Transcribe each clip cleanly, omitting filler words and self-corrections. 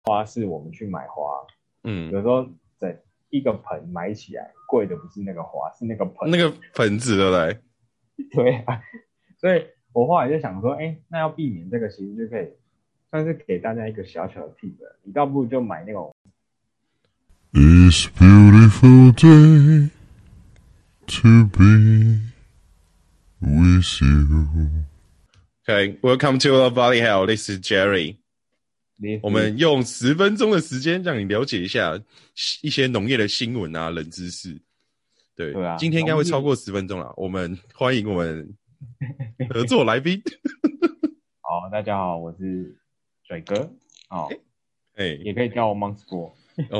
花市我们去买花， 嗯， 有时候整一个盆买起来贵的不是那个花，是那个盆。 那个盆子对不对？ 对啊，所以我后来就想说，那要避免这个，其实就可以算是给大家一个小小的 tip 了。你倒不如就买那种 It's a beautiful day to be with you. Okay, welcome to our body health. This is Jerry. 我们用10分钟的时间让你了解一下一些农业的新闻啊、冷知识。对， 对啊， 今天应该会超过10分钟啦。我们欢迎我们合作来宾。 好，大家好，我是水哥，也可以叫我 Monster。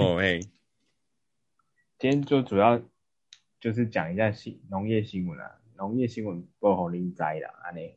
今天就主要就是讲一下农业新闻啊，农业新闻不好理解啦，安尼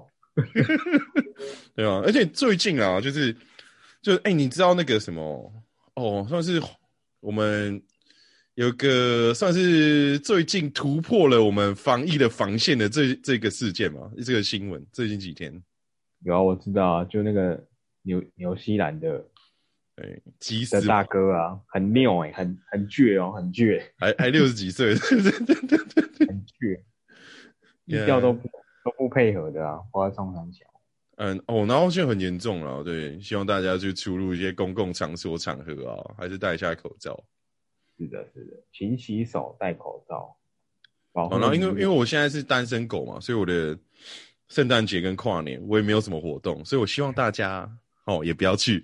对啊，而且最近啊，你知道那个什么算是我们有个算是最近突破了我们防疫的防线的这个事件嘛？这个新闻最近几天有啊，我知道啊，就那个纽西兰的急死大哥啊，很拗很倔哦，很倔， 还60几岁， 很倔，意调都不配合的啊，花冲三小。 然后现在很严重了，对，希望大家就出入一些公共场所场合啊，还是戴一下口罩。 是的，勤洗手，戴口罩，保护。 然后因为我现在是单身狗嘛，所以我的圣诞节跟跨年我也没有什么活动，所以我希望大家也不要去。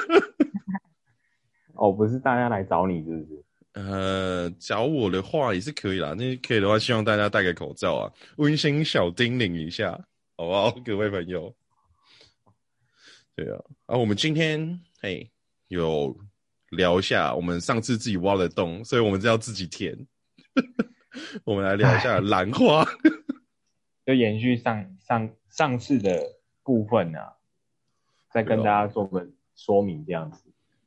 不是大家来找你是不是？找我的话也是可以啦，那可以的话，希望大家戴个口罩啊，温馨小叮咛一下，好不好，各位朋友？对啊，我们今天有聊一下我们上次自己挖的洞，所以我们是要自己填。我们来聊一下兰花， 就延续上次的部分啊，再跟大家做个说明这样子。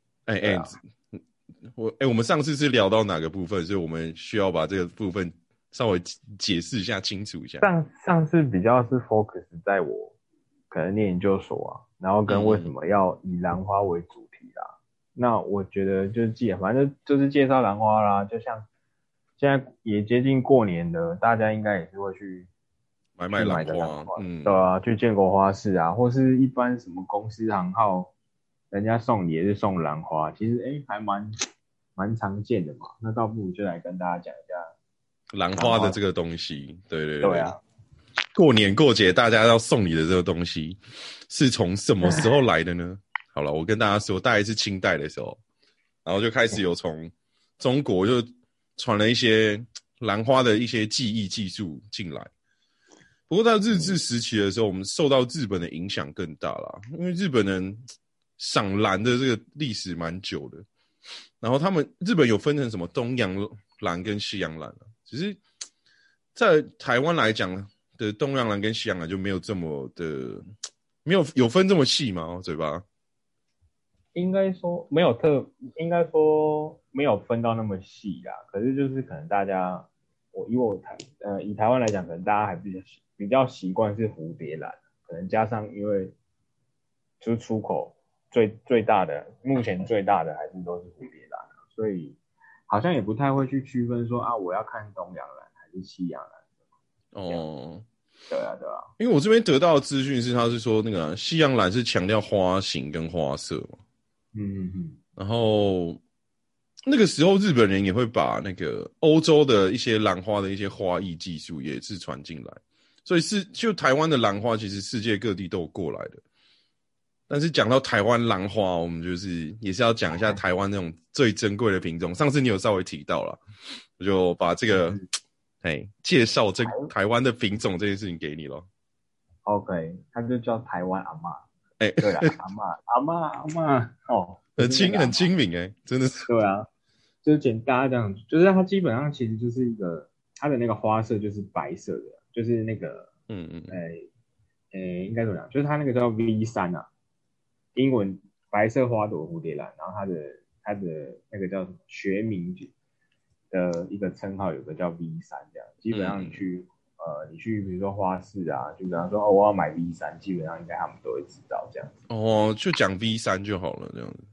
我们上次是聊到哪个部分？所以我们需要把这个部分稍微解释一下、清楚一下。 上次比较是 focus 在我可能念研究所啊，然后跟为什么要以兰花为主题啦。那我觉得就是反正就是介绍兰花啦，就像现在也接近过年了，大家应该也是会去买兰花， 对啊，去建国花市啊，或是一般什么公司行号，人家送你也是送兰花，其实还蛮常见的嘛。那倒不如就来跟大家讲一下兰花的这个东西。 对啊， 过年过节大家要送你的这个东西是从什么时候来的呢？好了，我跟大家说，大概是清代的时候，然后就开始有从中国就传了一些兰花的一些技艺技术进来。不过到日治时期的时候，我们受到日本的影响更大啦，因为日本人赏兰的这个历史蛮久的，然后日本有分成什么东洋兰跟西洋兰，只是在台湾来讲的东洋兰跟西洋兰就没有这么的有分这么细吗？嘴巴应该说没有分到那么细啦，可是就是可能大家以台湾来讲，可能大家还比较习惯是蝴蝶兰，可能加上因为就是出口最大的目前最大的还是都是蝴蝶兰，所以好像也不太会去区分说我要看东洋兰还是西洋兰。对啊， 因为我这边得到的资讯是，他是说那个西洋兰是强调花型跟花色嘛，然后那个时候日本人也会把那个欧洲的一些兰花的一些花艺技术也是传进来，所以就台湾的兰花其实世界各地都有过来的。但是讲到台湾兰花，我们也是要讲一下台湾那种最珍贵的品种。上次你有稍微提到了，我就把这个介绍这台湾的品种这件事情给你了。 OK， 它就叫台湾阿嬷。对啦，阿嬷很亲民真的是。 对啊，就是简单这样，就是它基本上其实就是一个它的那个花色就是白色的，就是那个应该怎么讲？就是它那个叫 V3啊，英文白色花朵蝴蝶兰，然后它的那个叫什么学名的一个称号有个叫 V3这样，基本上你去比如说花市啊，就比方说我要买 V3，基本上应该他们都会知道这样子。 就讲 V3就好了这样子。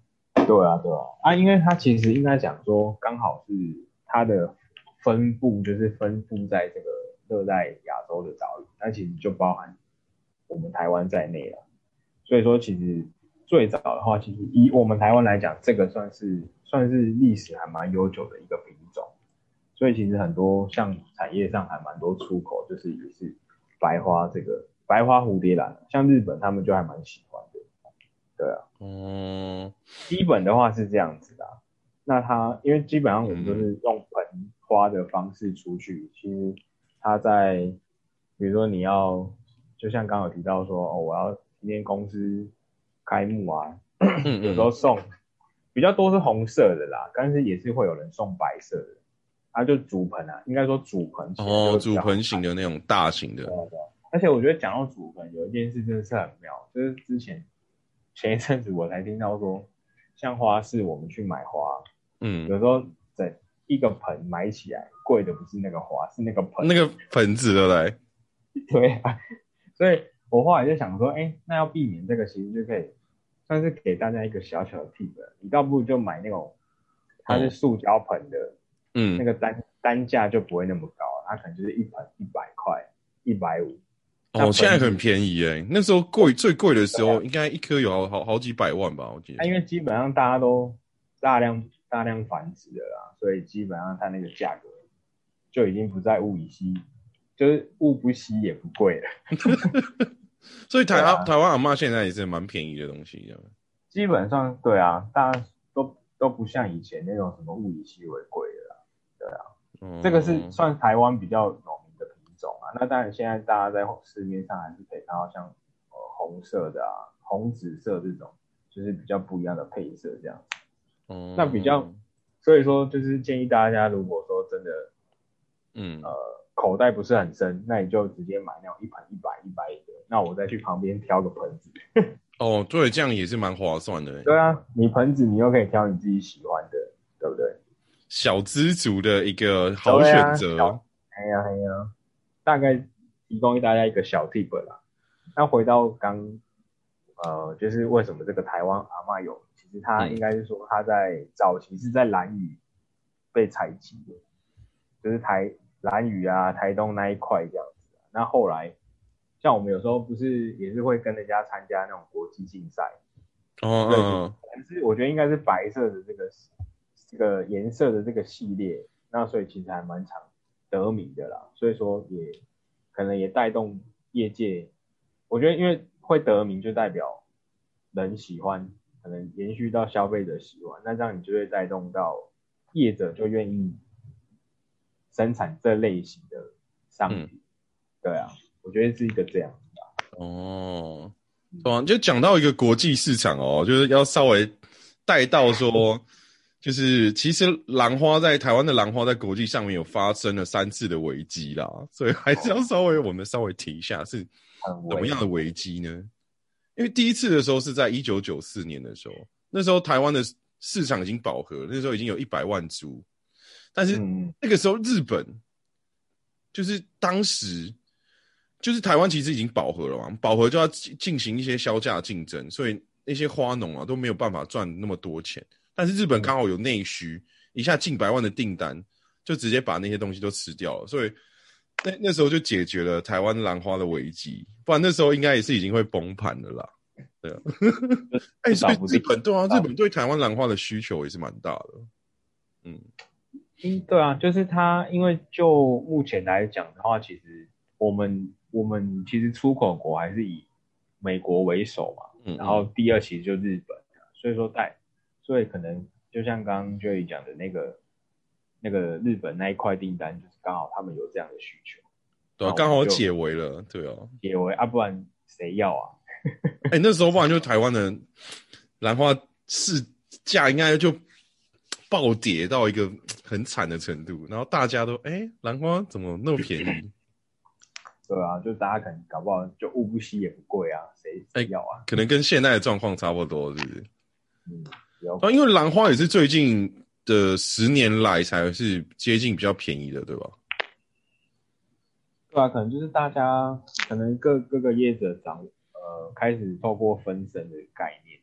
对啊，对啊，啊，因为它其实应该讲说，刚好是它的分布，就是分布在这个热带亚洲的岛屿，那其实就包含我们台湾在内了。所以说，其实最早的话，其实以我们台湾来讲，这个算是历史还蛮悠久的一个品种。所以其实很多像产业上还蛮多出口，就是也是白花这个白花蝴蝶兰，像日本他们就还蛮喜欢的。对啊，基本的话是这样子的。那它因为基本上我们都是用盆花的方式出去，其实它在比如说你要，就像刚刚有提到说，哦，我要今天公司开幕啊，有时候送比较多是红色的啦，但是也是会有人送白色的，它就主盆啊，应该说主盆型的就会比较好看， 主盆型的那种大型的。 对啊对啊，而且我觉得讲到主盆，有一件事真的是很妙，就是前一阵子我才听到说，像花市我们去买花，有时候整一个盆买起来贵的不是那个花，是那个盆， 那个盆子对不对？ 对啊，所以我后来就想说，那要避免这个，其实就可以算是给大家一个小小的 tip，你倒不如就买那种它是塑胶盆的，那个单价就不会那么高，它可能就是一盆100块、150。 现在很便宜耶，那时候最贵的时候，应该一颗有好几百万吧，我记得。 因为基本上大家都大量繁殖的啦，所以基本上它那个价格就已经不在物以稀，就是物不稀也不贵了。 所以台湾阿嬷现在也是蛮便宜的东西，这样。 基本上对啊，大家都不像以前那种什么物以稀为贵的啦，对啊，这个是算台湾比较有名的品种啊。那当然现在大家在市面上还是可以看到像红色的啊、红紫色这种，就是比较不一样的配色这样。那比较，所以说就是建议大家，如果说真的，口袋不是很深，那你就直接买那种一盆100的，那我再去旁边挑个盆子。 对，这样也是蛮划算的。 对啊，你盆子你又可以挑你自己喜欢的，对不对？ 小资族的一个好选择。 哎呀，大概提供大家一个小 tip 啦。那回到就是为什么这个台湾阿嬷有，其实它应该是说它在早期是在兰屿被采集的，就是兰屿啊、台东那一块这样子。那后来像我们有时候不是也是会跟人家参加那种国际竞赛，可是我觉得应该是白色的这个颜色的这个系列，那所以其实还蛮常得名的啦，所以说也可能也带动业界，我觉得因为会得名就代表人喜欢，可能延续到消费者喜欢，那这样你就会带动到业者就愿意生产这类型的商品，对啊，我觉得是一个这样子吧。就讲到一个国际市场就是要稍微带到说，就是其实台湾的兰花在国际上面有发生了3次的危机啦，所以还是要我们稍微提一下是怎么样的危机呢？因为第一次的时候是在1994年的时候，那时候台湾的市场已经饱和，那时候已经有100万株，但是那个时候日本就是当时就是台湾其实已经饱和了嘛，饱和就要进行一些销价竞争，所以那些花农都没有办法赚那么多钱。但是日本刚好有内需，一下近100万的订单，就直接把那些东西都吃掉了，所以那时候就解决了台湾兰花的危机，不然那时候应该也是已经会崩盘了啦。对啊，所以日本对台湾兰花的需求也是蛮大的。 对啊，就是它，因为就目前来讲的话，其实我们其实出口国还是以美国为首嘛，然后第二其实就日本，所以可能就像刚刚 Jerry 讲的那个日本那一块订单，就是刚好他们有这样的需求， 对啊，刚好解围了，对啊， 解围啊，不然谁要啊？ 那时候不然就台湾的兰花市价应该就暴跌到一个很惨的程度，然后大家都兰花怎么那么便宜？ 对啊，就大家可能搞不好就物不稀也不贵啊，谁要啊？ 可能跟现在的状况差不多，是不是？因为兰花也是最近的10年来才是接近比较便宜的，对吧？ 对啊，可能就是大家可能各个业者开始透过分身的概念，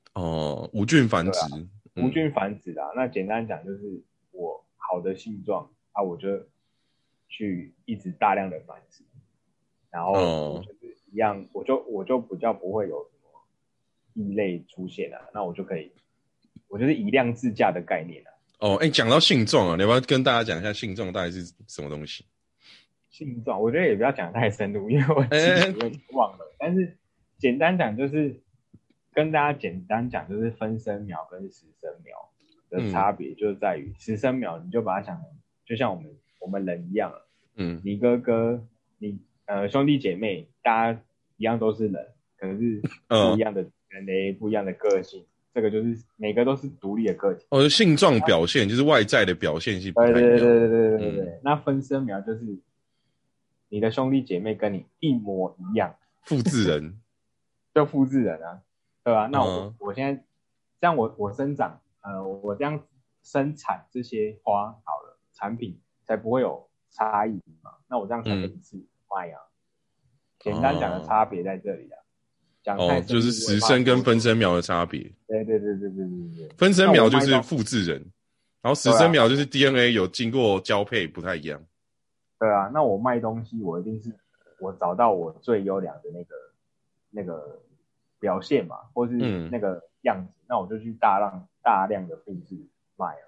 无菌繁殖， 无菌繁殖啊。那简单讲就是我好的性状啊，我就去一直大量的繁殖，然后我就是一样，我就比较不会有什么异类出现啊，那我就是以量制价的概念啊。 讲到性状啊，你要不要跟大家讲一下性状大概是什么东西？ 性状我觉得也不要讲太深入，因为我自己有点忘了。但是简单讲就是跟大家简单讲，就是分身苗跟实生苗的差别就在于实生苗你就把它想成就像我们人一样，你哥哥你兄弟姐妹大家一样都是人，可是不一样的人类不一样的个性，这个就是每个都是独立的个体。 性状表现就是外在的表现是不太一样。 对。那分身苗就是你的兄弟姐妹跟你一模一样， 复制人， 就复制人啊，对吧？那我现在这样我生长，我这样生产这些花好了，产品才不会有差异嘛。那我这样才可以一次卖啊。简单讲的差别在这里啊。 就是实生跟分身苗的差别。 对。 分身苗就是复制人，然后实生苗就是 DNA 有经过交配，不太一样。 对啊，那我卖东西，我一定是我找到我最优良的那个表现嘛，或是那个样子，那我就去大量的复制卖啊。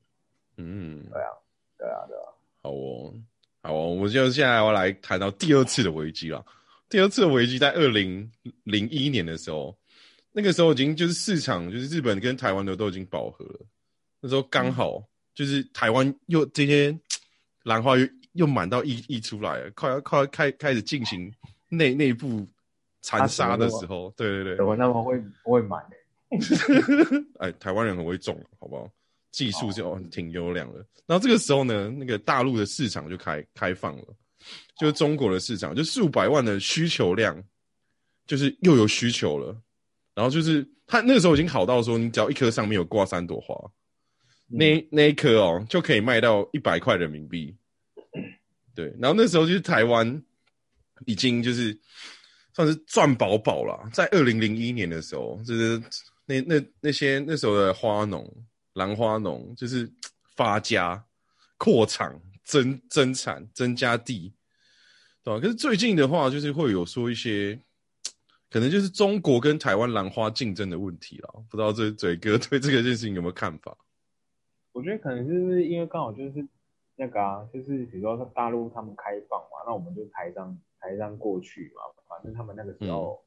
对啊。 好哦，我们就现在要来谈到第二次的危机了。第二次的危机在2001年的时候，那个时候已经就是市场就是日本跟台湾的都已经饱和了，那时候刚好就是台湾又这些兰花又满到溢出来了，快要开始进行内部残杀的时候，对。 怎么那么会满台湾人很会种，好不好？技术就挺优良的。然后这个时候呢，那个大陆的市场就开放了，就是中国的市场，就数百万的需求量，就是又有需求了。然后就是它那个时候已经好到说，你只要一颗上面有挂3朵花，那一颗就可以卖到100块人民币。对，然后那时候就是台湾已经就是算是赚饱了。在2001年的时候，就是那些那时候的兰花农就是发家、扩厂、增产、增加地，对吧？可是最近的话，就是会有说一些，可能就是中国跟台湾兰花竞争的问题啦。不知道这嘴哥对这个事情有没有看法？ 我觉得可能是因为刚好就是那个就是比如说大陆他们开放嘛，那我们就台商过去嘛，反正他们那个时候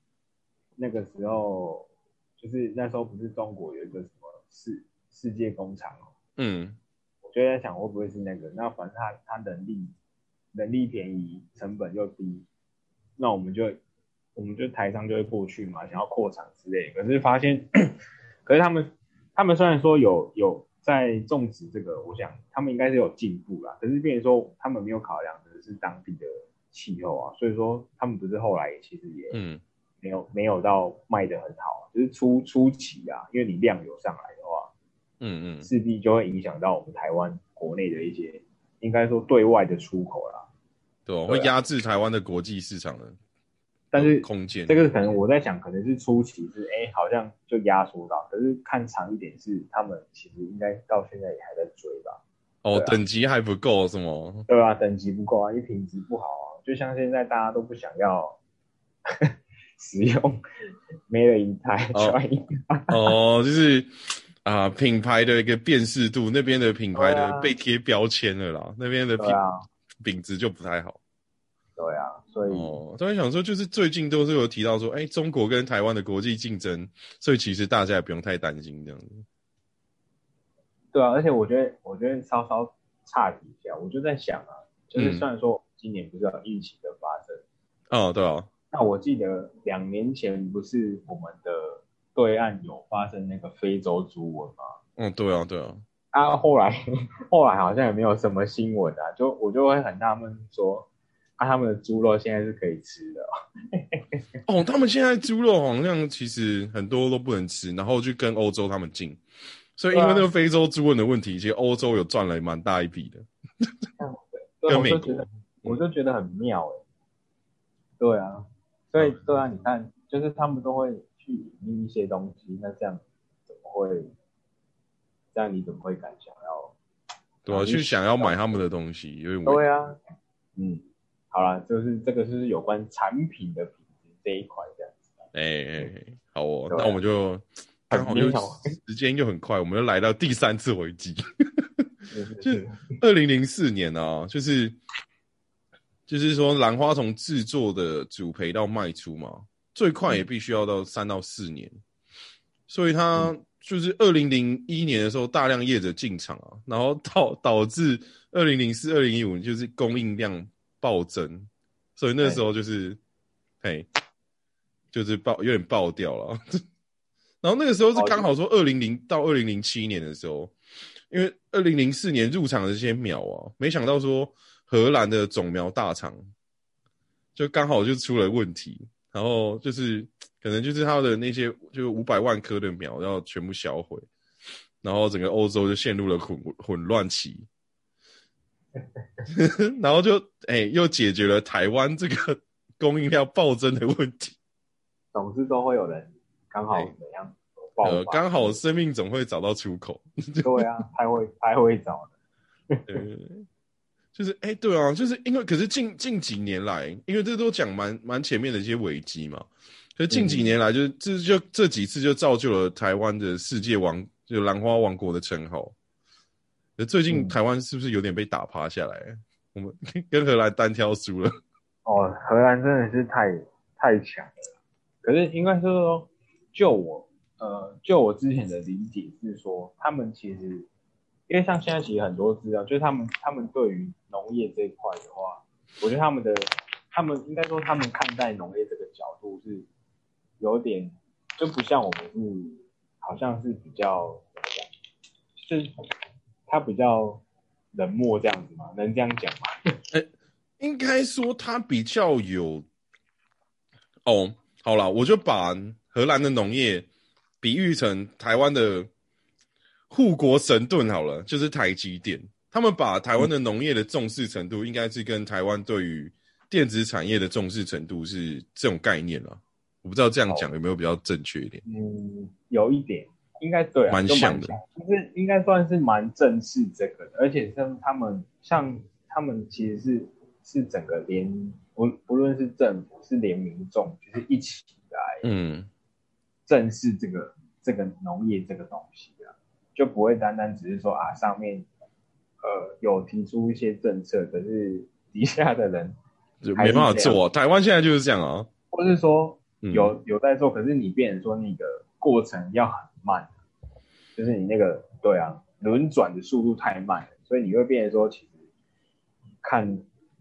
就是那时候不是中国有一个什么世界工厂我就在想会不会是那个，那反正他人力便宜，成本又低，那我们就台商就会过去嘛，想要扩厂之类的，可是发现，可是他们虽然说有在种植这个，我想他们应该是有进步啦，可是变成说他们没有考量的是当地的气候啊，所以说他们不是后来其实也没有到卖得很好，就是初期啊，因为你量有上来的话，势必就会影响到我们台湾国内的一些应该说对外的出口啦， 对，会压制台湾的国际市场的。 但是空间这个可能我在想，可能是初期是好像就压缩到，可是看长一点是他们其实应该到现在也还在追吧。 等级还不够是吗？ 对啊，等级不够啊，因为品质不好啊，就像现在大家都不想要使用没了一台穿一台就是品牌的一个辨识度，那边的品牌的被贴标签了啦，那边的品质就不太好。 对啊，所以突然想说，就是最近都是有提到说，中国跟台湾的国际竞争，所以其实大家也不用太担心这样子。 对啊，而且我觉得稍稍岔题一下，我就在想就是虽然说今年不是有疫情的发生， 对啊， 那我记得2年前不是我们的对岸有发生那个非洲猪瘟吗？ 对啊。 后来好像也没有什么新闻啊，我就会很纳闷说。他们的猪肉现在是可以吃的他们现在猪肉好像其实很多都不能吃，然后去跟欧洲他们进，所以因为那个非洲猪瘟的问题，其实欧洲有赚了蛮大一笔的。跟美国， 我就觉得很妙对啊，所以对啊，你看，就是他们都会去隐匿一些东西，那这样怎么会？这样你怎么会敢想要？ 对啊，去想要买他们的东西，有点对啊，好啦，就是这个是有关产品的品质这一块这样子。 好哦，那我们就刚好时间又很快，我们就来到第3次危机，就是2004年啊，就是说兰花从制作的主培到卖出嘛，最快也必须要到3到4年，所以它就是2001年的时候大量业者进场啊，然后导致2004、2015就是供应量暴增，所以那时候就是就是有点爆掉了。然后那个时候是刚好说2000到2007年的时候，因为2004年入场的这些苗啊，没想到说荷兰的种苗大厂就刚好就出了问题，然后就是可能就是它的那些就500万颗的苗要全部销毁，然后整个欧洲就陷入了混乱期。然后就又解决了台湾这个供应量暴增的问题。 总是都会有人刚好怎样爆发， 刚好生命总会找到出口。 对啊，太会找了。 就是对啊，就是因为可是近几年来，因为这都讲蛮前面的一些危机嘛，可是近几年来就这几次就造就了台湾的世界就兰花王国的称号。最近台湾是不是有点被打趴下来？我们跟荷兰单挑输了。 哦，荷兰真的是太强了。可是应该是说，就我之前的理解是说，他们其实因为像现在其实很多资料，就是他们对于农业这一块的话，我觉得他们应该说他们看待农业这个角度是有点就不像我们是好像是比较怎么讲，就是他比较冷漠这样子吗？能这样讲吗？ 应该说他比较有好啦，我就把荷兰的农业比喻成台湾的护国神盾好了，就是台积电。他们把台湾的农业的重视程度，应该是跟台湾对于电子产业的重视程度是这种概念啦。我不知道这样讲有没有比较正确一点。 有一点，应该对啊， 蛮像的， 就是应该算是蛮正视这个的，而且像他们其实是整个不论是政府是连民众，就是一起来正视这个农业这个东西啊，就不会单单只是说啊上面有提出一些政策，可是底下的人就没办法做啊。台湾现在就是这样啊， 或是说有在做，可是你变成说那个过程要很慢，就是你那个对啊轮转的速度太慢了，所以你会变成说其实看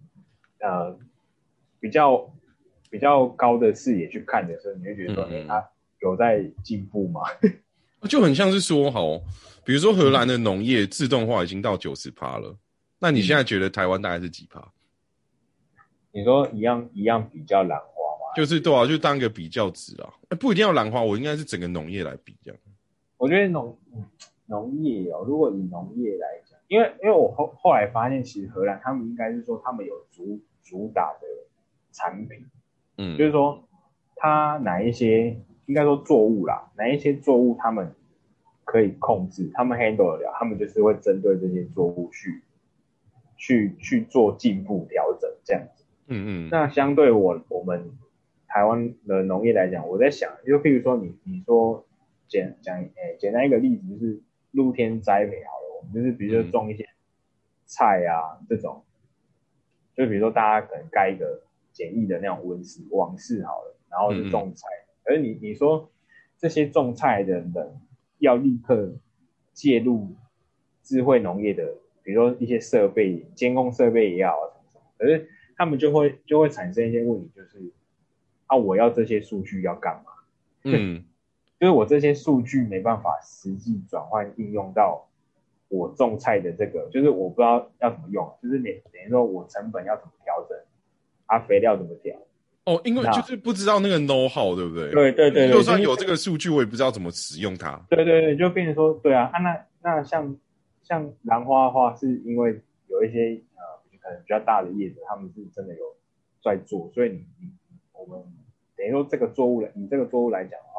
比较高的视野去看的时候，你会觉得说他有在进步吗？ 就很像是说比如说荷兰的农业自动化已经到90%了，那你现在觉得台湾大概是几%？ 你说一样比较兰花吗？ 就是对啊，就当一个比较值啊，不一定要兰花，我应该是整个农业来比这样。 我觉得农业如果以农业来讲，因为我后来发现，其实荷兰他们应该是说他们有主打的产品，就是说它哪一些应该说作物啦，哪一些作物他们可以控制，他们 handle 得了，他们就是会针对这些作物去做进步调整这样子。那相对我们台湾的农业来讲，我在想，就譬如说你说简单一个例子，就是露天栽培好了，我们就是比如说种一些菜啊这种，就比如说大家可能盖一个简易的那种网室好了，然后是种菜，而你说这些种菜的人要立刻介入智慧农业的，比如说一些设备监控设备也好，可是他们就会产生一些问题，就是我要这些数据要干嘛？就是我这些数据没办法实际转换应用到我种菜的这个，就是我不知道要怎么用，就是等于说我成本要怎么调整，肥料怎么调。 因为就是不知道那个 know how， 对不对？ 对， 就算有这个数据，我也不知道怎么使用它。 对，就变成说，对啊，那像兰花的话，是因为有一些可能比较大的业者，他们是真的有在做，所以我们等于说以这个作物来讲的话，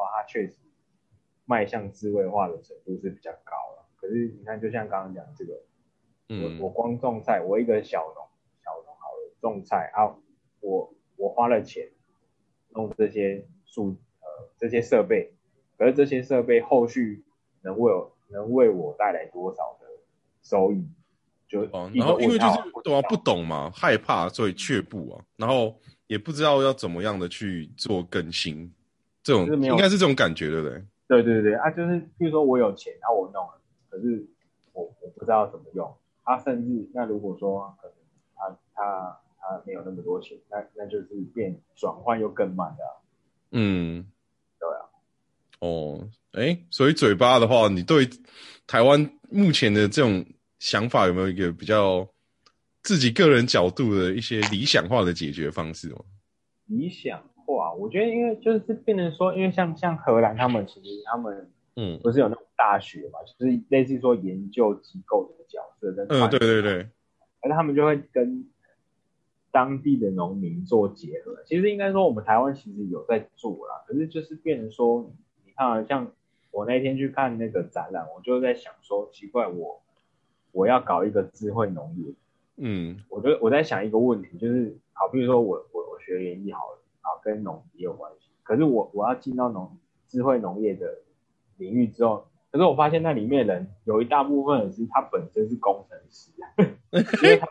话，它确实迈向智慧化的程度是比较高了。可是你看，就像刚刚讲这个，我光种菜，我一个小农好了，种菜啊，我花了钱弄这些这些设备，可是这些设备后续能为我带来多少的收益？就然后因为就是对啊，不懂嘛，害怕，所以却步啊，然后也不知道要怎么样的去做更新，这种应该是这种感觉，对不对？ 对啊，就是譬如说我有钱，然后我弄了，可是我不知道怎么用，甚至那如果说可能他没有那么多钱，那就是转换又更慢的啊。对啊。 所以嘴巴的话，你对台湾目前的这种想法有没有一个比较自己个人角度的一些理想化的解决方式吗？ 理想化，我觉得因为就是变成说，因为像荷兰他们其实他们不是有那种大学嘛，就是类似说研究机构的角色跟对， 而他们就会跟当地的农民做结合。其实应该说我们台湾其实有在做啦，可是就是变成说，你看啊，像我那天去看那个展览，我就在想说，奇怪，我要搞一个智慧农业，我在想一个问题，就是好，比如说我学园艺好了，跟农也有关系，可是我要进到智慧农业的领域之后，可是我发现那里面人有一大部分人是他本身是工程师，因为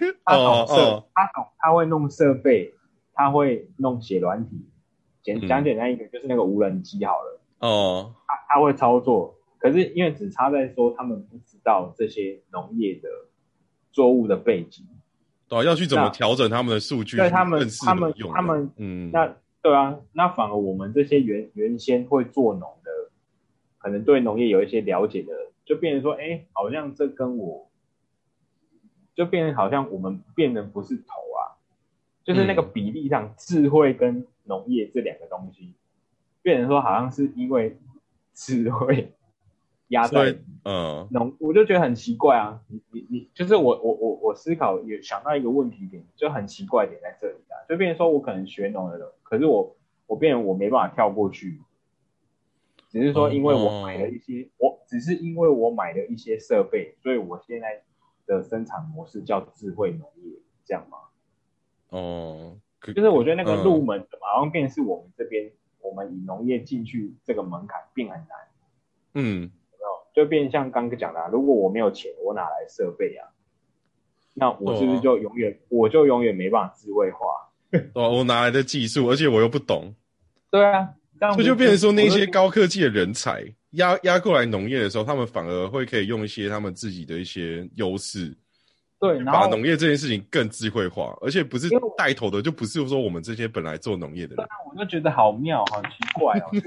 他会弄设备，他会弄写软体，讲简单一个就是那个无人机好了，他会操作，可是因为只差在说他们不知道这些农业的作物的背景， 对啊，要去怎么调整他们的数据， 对他们那对啊，那反而我们这些原先会做农的，可能对农业有一些了解的，就变成说，好像这跟我，就变成好像我们变成不是头啊，就是那个比例上，智慧跟农业这两个东西，变成说好像是因为智慧压在我就觉得很奇怪啊，你就是我思考也想到一个问题点，就很奇怪点在这里啊，就变成说我可能学农的人，可是我变成我没办法跳过去，只是说因为我买了一些，只是因为我买了一些设备，所以我现在的生产模式叫智慧农业，这样吗？就是我觉得那个入门的好像变成是我们这边，我们以农业进去这个门槛变很难，就变像刚刚讲的，如果我没有钱，我哪来设备啊？那我是不是就永远没办法智慧化？ 我哪来的技术？而且我又不懂。 对啊， 所以就变成说那些高科技的人才压过来农业的时候，他们反而可以用一些他们自己的一些优势， 对，然后把农业这件事情更智慧化，而且不是带头的，就不是说我们这些本来做农业的人。 我就觉得好妙，好奇怪哦。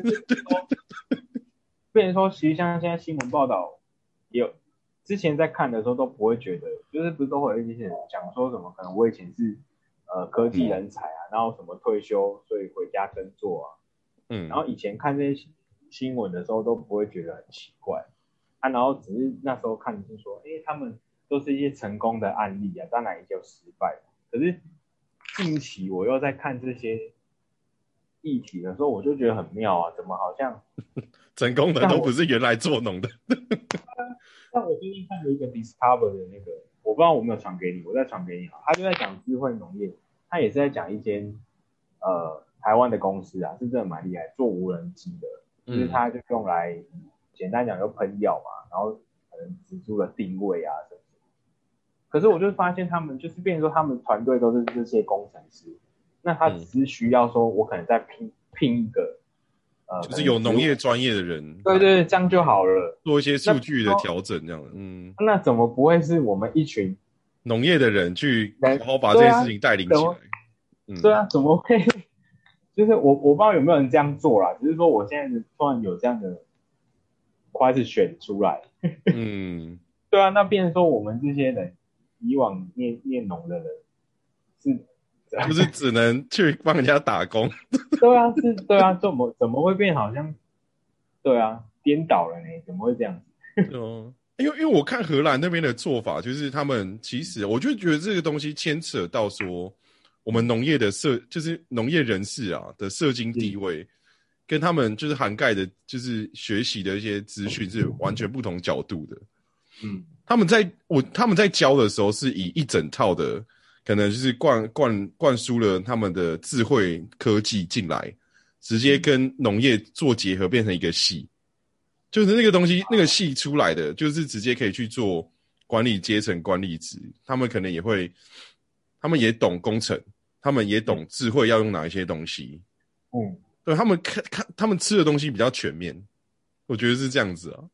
变成说，其实像现在新闻报道也有，之前在看的时候都不会觉得，就是不是都会有一些人讲说什么，可能我以前是科技人才啊，然后什么退休，所以回家耕作啊，然后以前看这些新闻的时候都不会觉得很奇怪啊，然后只是那时候看是说，他们都是一些成功的案例啊，当然也有失败，可是近期我又在看这些议题的时候，我就觉得很妙啊，怎么好像成功的都不是原来做农的。 像我最近看了一个 Discover 的那个，我不知道我没有传给你，我再传给你好，他就在讲智慧农业，他也是在讲一间台湾的公司啊，是真的蛮厉害，做无人机的，就是他就用来简单讲就喷药嘛，然后可能植株的定位啊什么。可是我就发现他们就是变成说他们团队都是这些工程师，那他只是需要说我可能再聘一个就是有农业专业的人， 对，这样就好了， 做一些数据的调整这样的， 那怎么不会是我们一群农业的人去好好把这件事情带领起来？ 对啊，怎么会？就是我不知道有没有人这样做啦，只是说我现在突然有这样的开始选出来，对啊，那变成说我们这些人以往念农的人就是只能去帮人家打工。 对啊，怎么会变好像对啊颠倒了呢？怎么会这样子？ 因为我看荷兰那边的做法，就是他们其实我就觉得这个东西牵扯到说我们农业的就是农业人士啊的社经地位， 跟他们就是涵盖的，就是学习的一些资讯是完全不同角度的。他们在教的时候是以一整套的，可能就是灌输了他们的智慧科技进来，直接跟农业做结合，变成一个系。就是那个东西，那个系出来的，就是直接可以去做管理阶层、管理职。他们可能也会，他们也懂工程，他们也懂智慧要用哪一些东西。对，他们他们吃的东西比较全面，我觉得是这样子啊。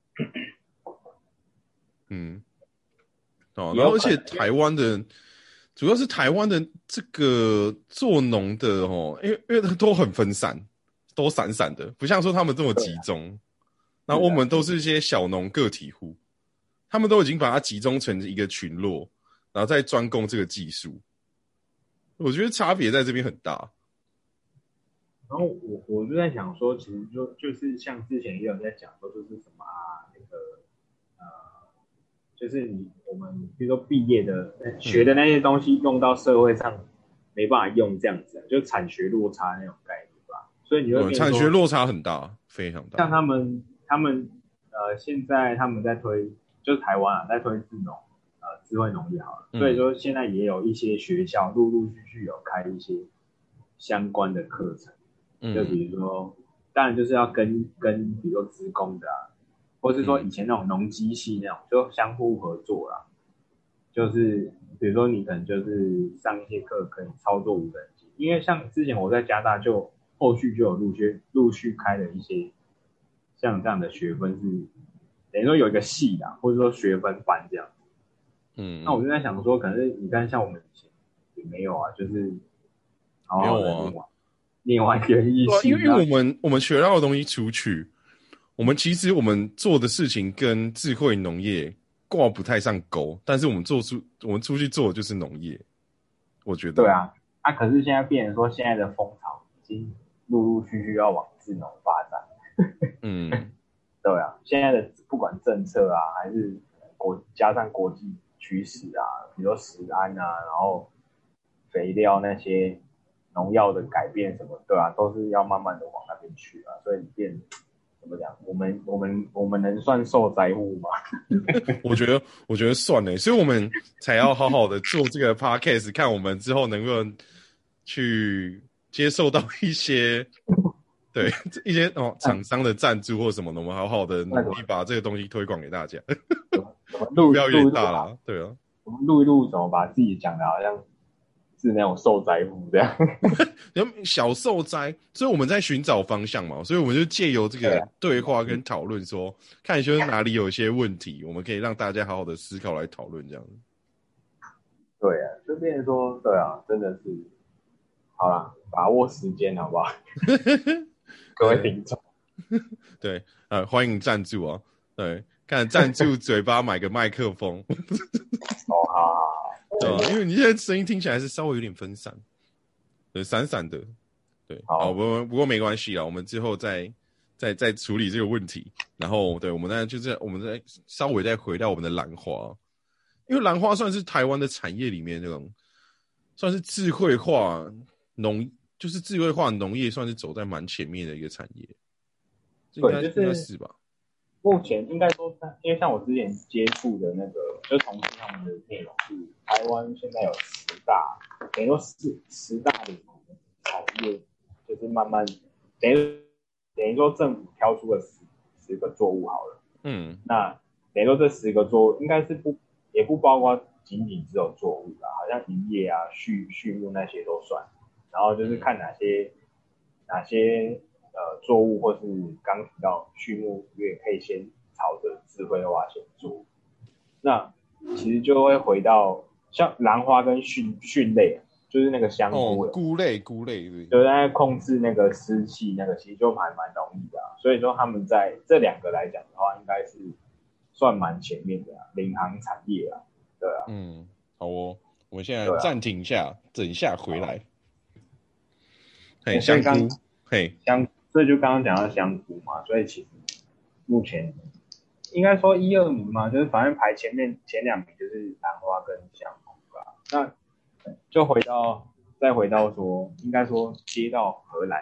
然后而且台湾的，主要是台湾的这个做农的因为都很分散，都散散的，不像说他们这么集中。然后我们都是一些小农个体户，他们都已经把它集中成一个群落，然后再专攻这个技术。我觉得差别在这边很大。 然后我就在想说，其实就是像之前也有在讲说，就是什么那个就是我们比如说毕业的学的那些东西用到社会上没办法用这样子，就产学落差那种概念吧。所以你会产学落差很大，非常大。 像他们现在他们在推，就是台湾在推智慧农业好了，所以说现在也有一些学校陆陆续续有开一些相关的课程，就比如说，当然就是要跟比如说职工的或是说以前那种农机系那种，就相互合作啦。就是比如说你可能就是上一些课可以操作无人机，因为像之前我在加大就后续就有陆续开了一些像这样的学分，是等于说有一个系啦，或者说学分班这样。那我就在想说，可能你看像我们以前也没有就是好好的念完园艺系， 因为我们学到的东西出去，其实我们做的事情跟智慧农业挂不太上钩，但是我们出去做的就是农业，我觉得。 对啊，可是现在变成说现在的风潮已经陆陆续续要往智农发展。对啊，现在的不管政策还是加上国际趋势比如说食安然后肥料那些农药的改变什么，对啊，都是要慢慢的往那边去所以怎么讲，我们能算受灾户吗？ 我觉得算了，所以我们才要好好的做这个 podcast， 看我们之后能不能去接受到一些对一些厂商的赞助或什么的，我们好好的努力把这个东西推广给大家。不要越大啦，对啊。 我们录一录，怎么把自己讲的好像是那种受灾户这样？ 小受灾，所以我们在寻找方向嘛，所以我们就借由这个对话跟讨论说，看一下哪里有一些问题，我们可以让大家好好的思考来讨论这样子。 对啊，就变成说，对啊，真的是，好啦，把握时间好不好？各位听众， 对，欢迎赞助啊，对，看赞助嘴巴买个麦克风。 好。 对啊，因为你现在声音听起来是稍微有点分散，对，散散的，对，好，不过没关系啦，我们之后再处理这个问题。然后，对，我们再稍微再回到我们的兰花，因为兰花算是台湾的产业里面那种，算是智慧化就是智慧化农业算是走在蛮前面的一个产业，应该是吧？ 目前应该说，因为像我之前接触的那个，就从事他们的内容是台湾现在有10大，等于说10大的产业，就是慢慢等于说政府挑出了10个作物好了，那等于说这10个作物应该是也不包括仅只有作物啦，好像营业畜牧那些都算，然后就是看哪些作物或是刚提到畜牧业可以先朝着智慧化先做，那其实就会回到像兰花跟蕈类，就是那个香菇的菇类， 就在控制那个湿气，那个其实就蛮容易的所以说他们在这2个来讲的话，应该是算蛮前面的领航产业对啊。 好哦，我们现在暂停一下，等一下回来。香菇， 所以就刚刚讲到香菇嘛，所以其实目前应该说1、2名嘛，就是反正排前2名就是兰花跟香菇吧。那就再回到说，应该说接到荷兰那边，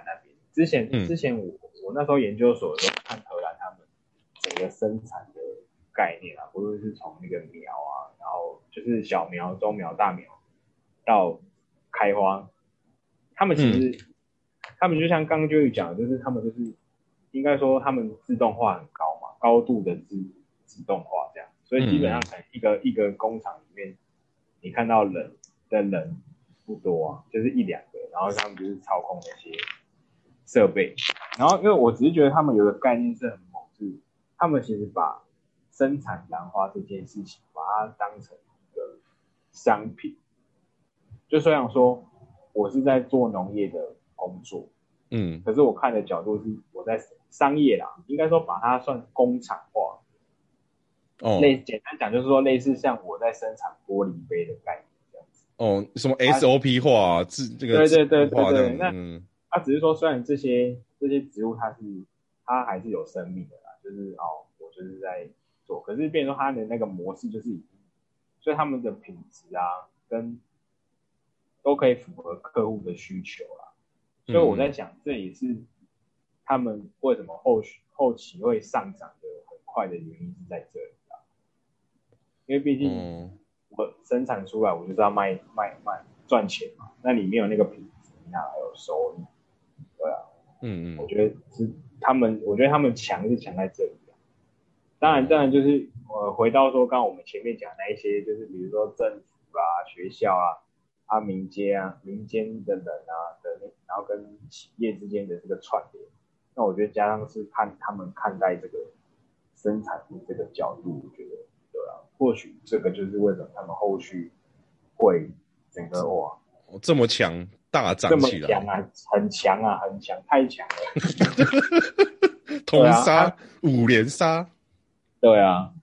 之前我那时候研究所的时候看荷兰他们整个生产的概念啊，不论是从那个苗啊，然后就是小苗、中苗、大苗到开花，他们其实、他们就像刚刚就讲的，就是他们就是应该说他们自动化很高嘛，高度的自动化这样，所以基本上可能一个工厂里面你看到人不多啊，就是一两个，然后他们就是操控那些设备，然后因为我只是觉得他们有个概念是很猛，是他们其实把生产兰花这件事情把它当成一个商品，就虽然说我是在做农业的工作，可是我看的角度是我在商业啦，应该说把它算工厂化，简单讲就是说类似像我在生产玻璃杯的概念这样子。 什么 SOP 化这个对，那它只是说虽然这些植物它还是有生命的啦，就是我就是在做，可是变成说它的那个模式就是所以他们的品质啊跟都可以符合客户的需求啦，所以我在想这也是他们为什么后期会上涨的很快的原因是在这里啦，因为毕竟我生产出来我就是要卖赚钱嘛，那里面有那个品质，你哪还有收入？对啊，我觉得我觉得他们强是强在这里啊。当然就是回到说刚刚我们前面讲那一些，就是比如说政府啊、学校啊、民间的人啊然后跟企业之间的这个串联，那我觉得加上是看他们看待这个生产的这个角度，我觉得对啊，或许这个就是为什么他们后续会整个这么强大涨起来， 这么强啊，很强啊，很强，太强了， 通杀5连杀， 对啊，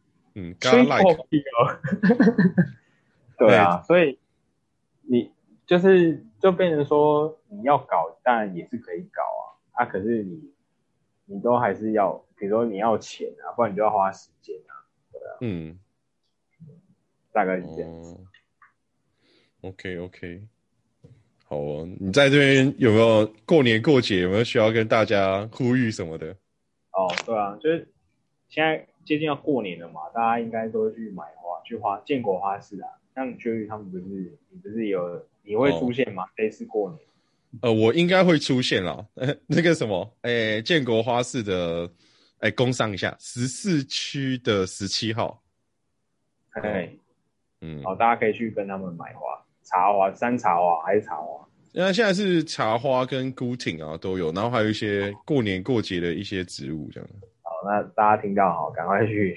对啊，所以你就变成说你要搞，当然也是可以搞啊，可是你都还是要，比如说你要钱啊，不然你就要花时间啊，对啊，大概是这样子。 OK， 好哦，你在这边有没有过年过节有没有需要跟大家呼吁什么的？ 对啊，就是现在接近要过年了嘛，大家应该都会去买花，去建国花市啊。像绝育他们你不是你会出现吗？这次过年？ 我应该会出现啦。那个什么，建国花市的，工商一下，14区的17号。 大家可以去跟他们买花，茶花、山茶花还是茶花？ 现在是茶花跟孤挺啊都有，然后还有一些过年过节的一些植物这样。 好，那大家听到好，赶快去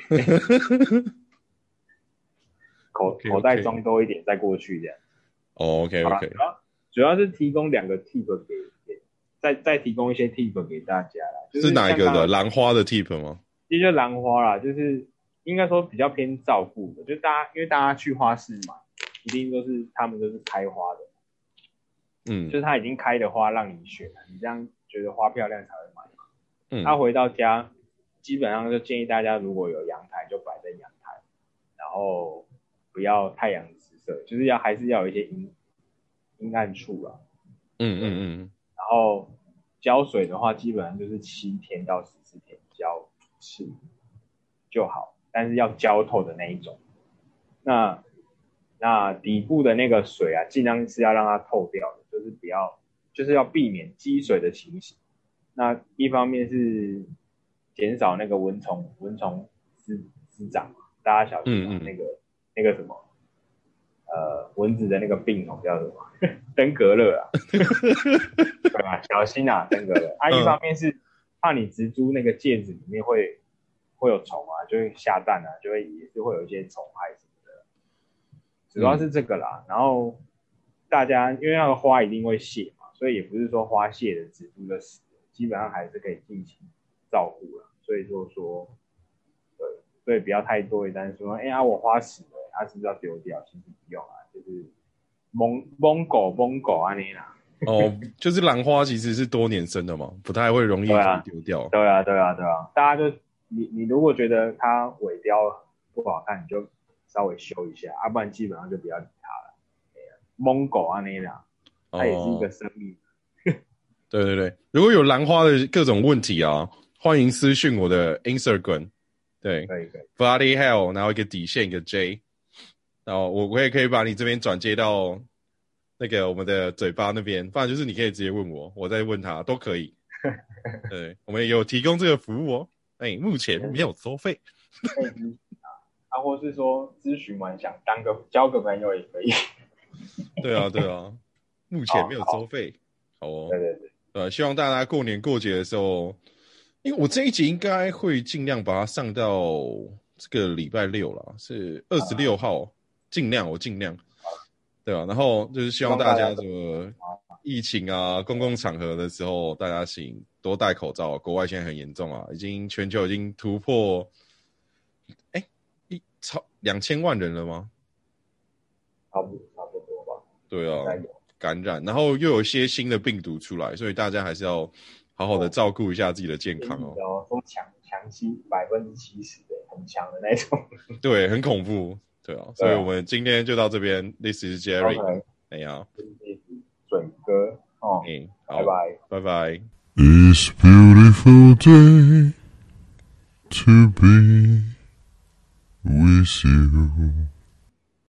口袋装多一点再过去这样。 OK， 主要是提供2个 tip 再提供一些 tip 给大家啦。 是哪一个的？兰花的 tip 吗？ 其实就兰花啦，就是应该说比较偏照顾的，就因为大家去花市买，一定他们都是开花的。就是他已经开的花让你选，你这样觉得花漂亮才会买嘛。他回到家，基本上就建议大家如果有阳台就摆在阳台，然后不要太阳直射，就是还是要有一些阴暗处啦。然后浇水的话，基本上就是7天到14天浇一次就好，但是要浇透的那一种。那底部的那个水啊，尽量是要让它透掉的，就是要避免积水的情形。那一方面是减少那个蚊虫滋长，大家小心那个什么蚊子的那个病叫什么登革热啊，对吧？小心啊，登革热。一方面是怕你植株那个介质里面会有虫啊，就会下蛋啊，也是会有一些虫害什么的，主要是这个啦。然后大家因为那个花一定会谢嘛，所以也不是说花谢的植株就死了，基本上还是可以进行照顾啦。所以就说，对，所以不要太多一单说，我花死了，是不是要丢掉？其实不用啊，就是蒙狗啊那啦。 就是兰花其实是多年生的嘛，不太会容易丢掉。 对啊，大家就你如果觉得它尾雕不好看，你就稍微修一下，不然基本上就不要理它了。蒙狗啊那啦，它也是一个生命。 对对对，如果有兰花的各种问题啊，欢迎私讯我的 Instagram。对， 可以 Bloody Hell， 然后一个底线一个 J， 然后我也可以把你这边转接到那个我们的嘴巴那边，不然就是你可以直接问我，我再问他都可以。对，我们也有提供这个服务哦。目前没有收费。 或是说咨询完想交个朋友也可以。 对啊，目前没有收费。好哦。对，希望大家过年过节的时候，因为我这一集应该会尽量把它上到这个礼拜6啦，是26号，我尽量。对啊，然后就是希望大家什么疫情啊、公共场合的时候，大家请多戴口罩。国外现在很严重啊，全球已经突破超2000万人了吗？ 差不多吧。 对啊，感染，然后又有一些新的病毒出来，所以大家还是要好好的照顾一下自己的健康哦。 说强性70%的很强的那种。 对，很恐怖。对啊，所以我们今天就到这边。This is Jerry。哎呀， 准哥哦， 好，拜拜。 It's a beautiful day to be with you.